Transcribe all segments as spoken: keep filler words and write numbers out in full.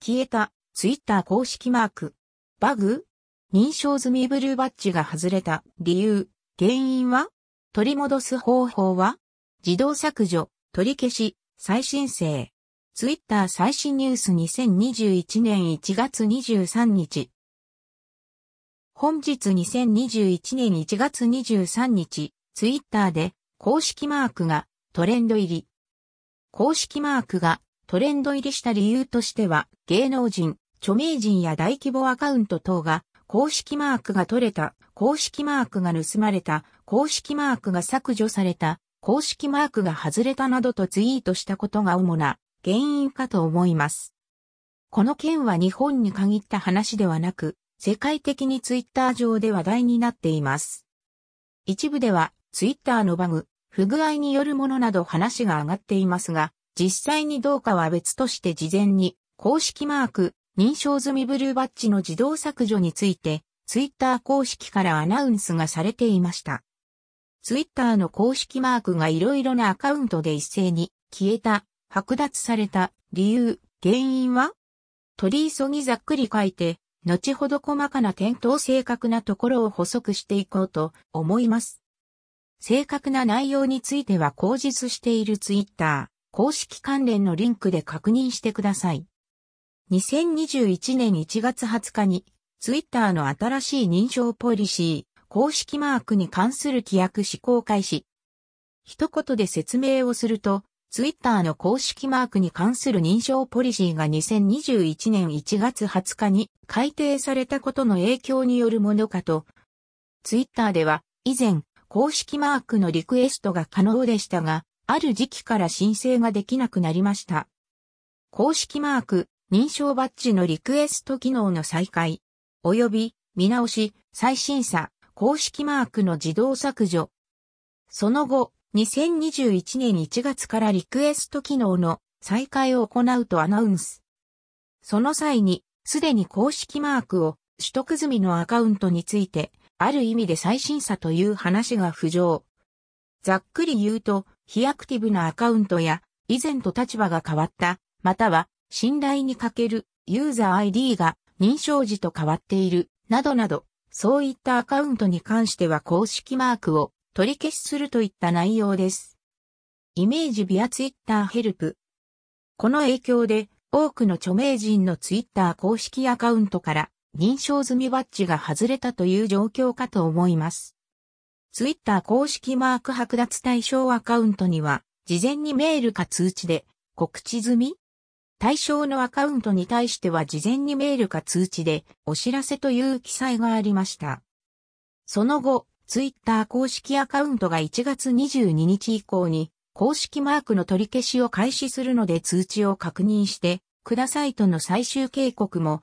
消えた、ツイッター公式マーク。バグ？認証済みブルーバッジが外れた。理由、原因は？取り戻す方法は？自動削除、取り消し、再申請。ツイッター最新ニュースにせんにじゅういちねんいちがつにじゅうさんにち。本日にせんにじゅういちねんいちがつにじゅうさんにち、ツイッターで公式マークがトレンド入り。公式マークがトレンド入りした理由としては、芸能人、著名人や大規模アカウント等が公式マークが取れた、公式マークが盗まれた、公式マークが削除された、公式マークが外れたなどとツイートしたことが主な原因かと思います。この件は日本に限った話ではなく、世界的にツイッター上で話題になっています。一部ではツイッターのバグ、不具合によるものなど話が上がっていますが、実際にどうかは別として事前に公式マーク、認証済みブルーバッジの自動削除について、ツイッター公式からアナウンスがされていました。ツイッターの公式マークがいろいろなアカウントで一斉に消えた、剥奪された理由、原因は？取り急ぎざっくり書いて、後ほど細かな点と正確なところを補足していこうと思います。正確な内容については口実しているツイッター公式関連のリンクで確認してください。にせんにじゅういちねんいちがつはつかにツイッターの新しい認証ポリシー公式マークに関する規約施行開始。一言で説明をすると、ツイッターの公式マークに関する認証ポリシーがにせんにじゅういちねんいちがつはつかに改定されたことの影響によるものかと。ツイッターでは以前公式マークのリクエストが可能でしたが、ある時期から申請ができなくなりました。公式マーク、認証バッジのリクエスト機能の再開、及び見直し、再審査、公式マークの自動削除。その後、にせんにじゅういちねんいちがつからリクエスト機能の再開を行うとアナウンス。その際に、すでに公式マークを取得済みのアカウントについて、ある意味で再審査という話が浮上。ざっくり言うと、非アクティブなアカウントや、以前と立場が変わった、または、信頼に欠けるユーザー アイディー が認証時と変わっている、などなど、そういったアカウントに関しては公式マークを取り消しするといった内容です。イメージビアツイッターヘルプ。この影響で多くの著名人のツイッター公式アカウントから認証済みバッジが外れたという状況かと思います。ツイッター公式マーク剥奪対象アカウントには事前にメールか通知で告知済み？対象のアカウントに対しては事前にメールか通知でお知らせという記載がありました。その後、ツイッター公式アカウントがいちがつにじゅうににち以降に公式マークの取り消しを開始するので通知を確認してくださいとの最終警告も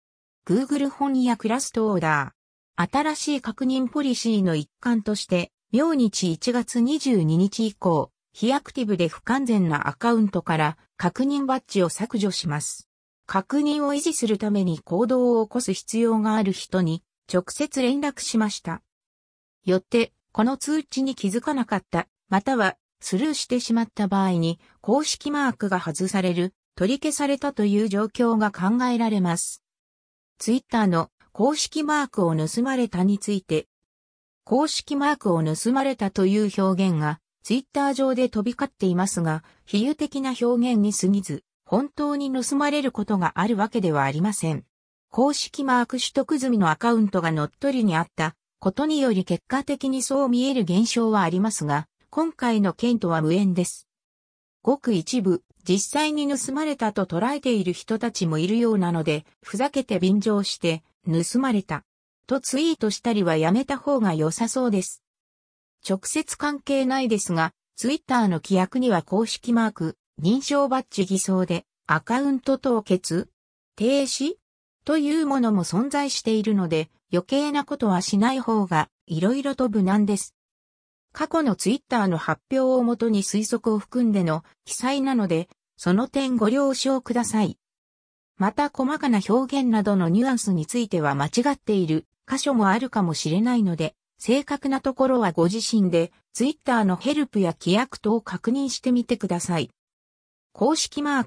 Google 翻訳ラストオーダー。新しい確認ポリシーの一環として明日いちがつにじゅうににち以降、非アクティブで不完全なアカウントから確認バッジを削除します。確認を維持するために行動を起こす必要がある人に直接連絡しました。よって、この通知に気づかなかった、またはスルーしてしまった場合に公式マークが外される、取り消されたという状況が考えられます。ツイッターの公式マークを盗まれたについて、公式マークを盗まれたという表現がツイッター上で飛び交っていますが、比喩的な表現に過ぎず、本当に盗まれることがあるわけではありません。公式マーク取得済みのアカウントが乗っ取りにあったことにより結果的にそう見える現象はありますが、今回の件とは無縁です。ごく一部、実際に盗まれたと捉えている人たちもいるようなので、ふざけて便乗して、盗まれた、とツイートしたりはやめた方が良さそうです。直接関係ないですが、ツイッターの規約には公式マーク、認証バッジ偽装で、アカウント凍結、停止というものも存在しているので、余計なことはしない方が、いろいろと無難です。過去のツイッターの発表をもとに推測を含んでの記載なので、その点ご了承ください。また細かな表現などのニュアンスについては間違っている箇所もあるかもしれないので、正確なところはご自身でツイッターのヘルプや規約等を確認してみてください。公式マーク、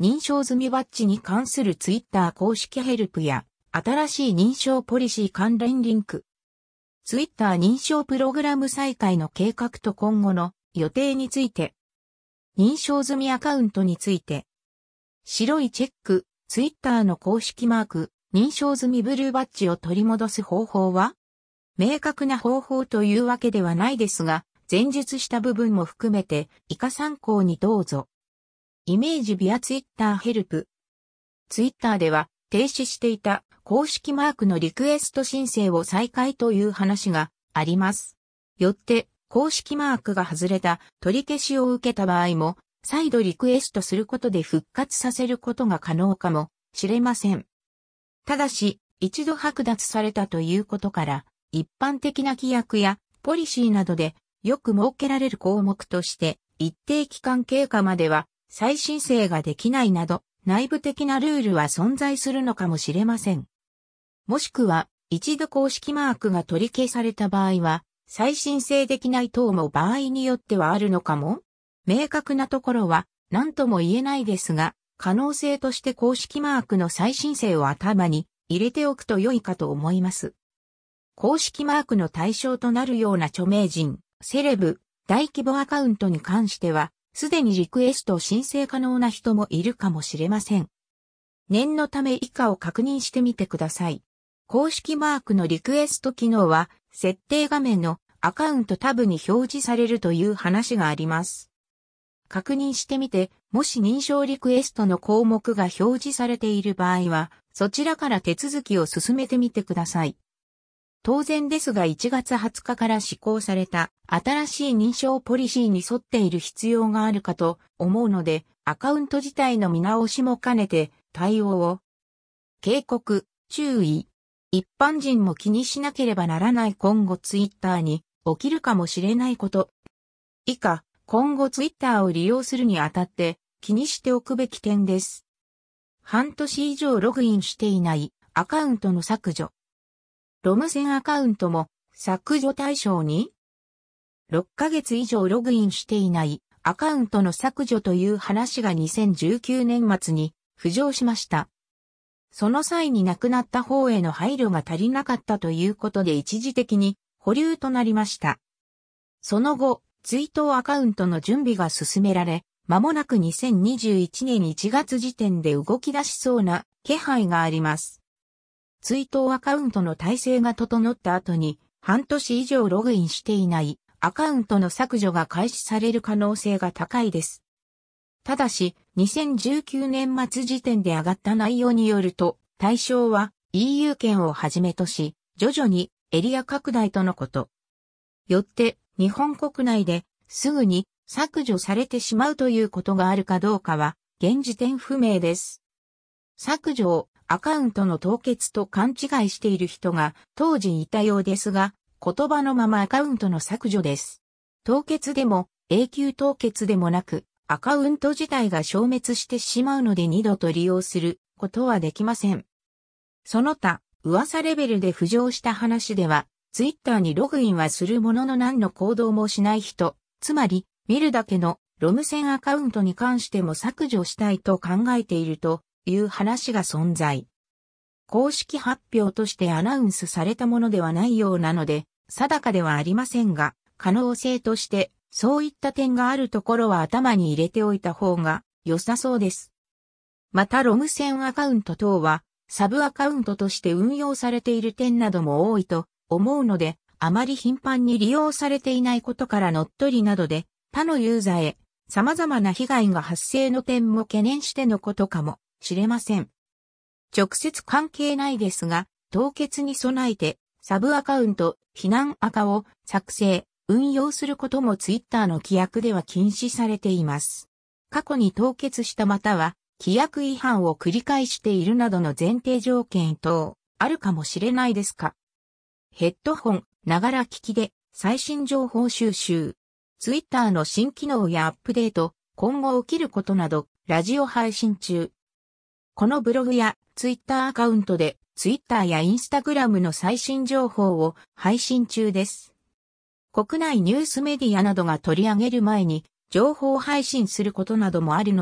認証済みバッジに関するツイッター公式ヘルプや、新しい認証ポリシー関連リンク。ツイッター認証プログラム再開の計画と今後の予定について。認証済みアカウントについて。白いチェック、ツイッターの公式マーク、認証済みブルーバッジを取り戻す方法は？明確な方法というわけではないですが、前述した部分も含めて、以下参考にどうぞ。イメージビアツイッターヘルプ。ツイッターでは停止していた公式マークのリクエスト申請を再開という話があります。よって公式マークが外れた取り消しを受けた場合も再度リクエストすることで復活させることが可能かもしれません。ただし一度剥奪されたということから一般的な規約やポリシーなどでよく設けられる項目として一定期間経過までは再申請ができないなど内部的なルールは存在するのかもしれません。もしくは一度公式マークが取り消された場合は再申請できない等も場合によってはあるのかも。明確なところは何とも言えないですが可能性として公式マークの再申請を頭に入れておくと良いかと思います。公式マークの対象となるような著名人、セレブ、大規模アカウントに関してはすでにリクエスト申請可能な人もいるかもしれません。念のため以下を確認してみてください。公式マークのリクエスト機能は、設定画面のアカウントタブに表示されるという話があります。確認してみて、もし認証リクエストの項目が表示されている場合は、そちらから手続きを進めてみてください。当然ですがいちがつはつかから施行された新しい認証ポリシーに沿っている必要があるかと思うので、アカウント自体の見直しも兼ねて対応を。警告、注意。一般人も気にしなければならない今後ツイッターに起きるかもしれないこと。以下、今後ツイッターを利用するにあたって気にしておくべき点です。半年以上ログインしていないアカウントの削除。ロム線アカウントも削除対象に？ ろっ ヶ月以上ログインしていないアカウントの削除という話がにせんじゅうきゅうねん末に浮上しました。その際に亡くなった方への配慮が足りなかったということで一時的に保留となりました。その後、追悼アカウントの準備が進められ、間もなくにせんにじゅういちねんいちがつ時点で動き出しそうな気配があります。追悼アカウントの体制が整った後に半年以上ログインしていないアカウントの削除が開始される可能性が高いです。ただし、にせんじゅうきゅうねん末時点で上がった内容によると、対象は イーユー 圏をはじめとし、徐々にエリア拡大とのこと。よって、日本国内ですぐに削除されてしまうということがあるかどうかは、現時点不明です。削除をアカウントの凍結と勘違いしている人が当時いたようですが、言葉のままアカウントの削除です。凍結でも永久凍結でもなく、アカウント自体が消滅してしまうので二度と利用することはできません。その他、噂レベルで浮上した話では、ツイッターにログインはするものの何の行動もしない人、つまり見るだけのロム線アカウントに関しても削除したいと考えているという話が存在。公式発表としてアナウンスされたものではないようなので、定かではありませんが、可能性としてそういった点があるところは頭に入れておいた方が良さそうです。またロム線アカウント等はサブアカウントとして運用されている点なども多いと思うので、あまり頻繁に利用されていないことから乗っ取りなどで他のユーザーへ様々な被害が発生の点も懸念してのことかもしれません。直接関係ないですが、凍結に備えてサブアカウント、避難アカを作成、運用することもツイッターの規約では禁止されています。過去に凍結したまたは規約違反を繰り返しているなどの前提条件等あるかもしれないですか。ヘッドホン、ながら聞きで最新情報収集。ツイッターの新機能やアップデート、今後起きることなど、ラジオ配信中。このブログやツイッターアカウントでツイッターやインスタグラムの最新情報を配信中です。国内ニュースメディアなどが取り上げる前に情報配信することなどもあるので、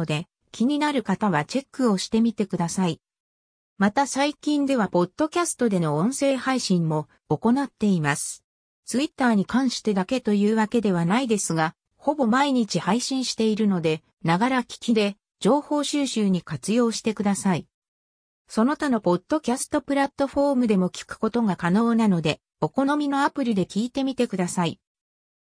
気になる方はチェックをしてみてください。また最近ではポッドキャストでの音声配信も行っています。ツイッターに関してだけというわけではないですが、ほぼ毎日配信しているので、ながら聞きで情報収集に活用してください。その他のポッドキャストプラットフォームでも聞くことが可能なので、お好みのアプリで聞いてみてください。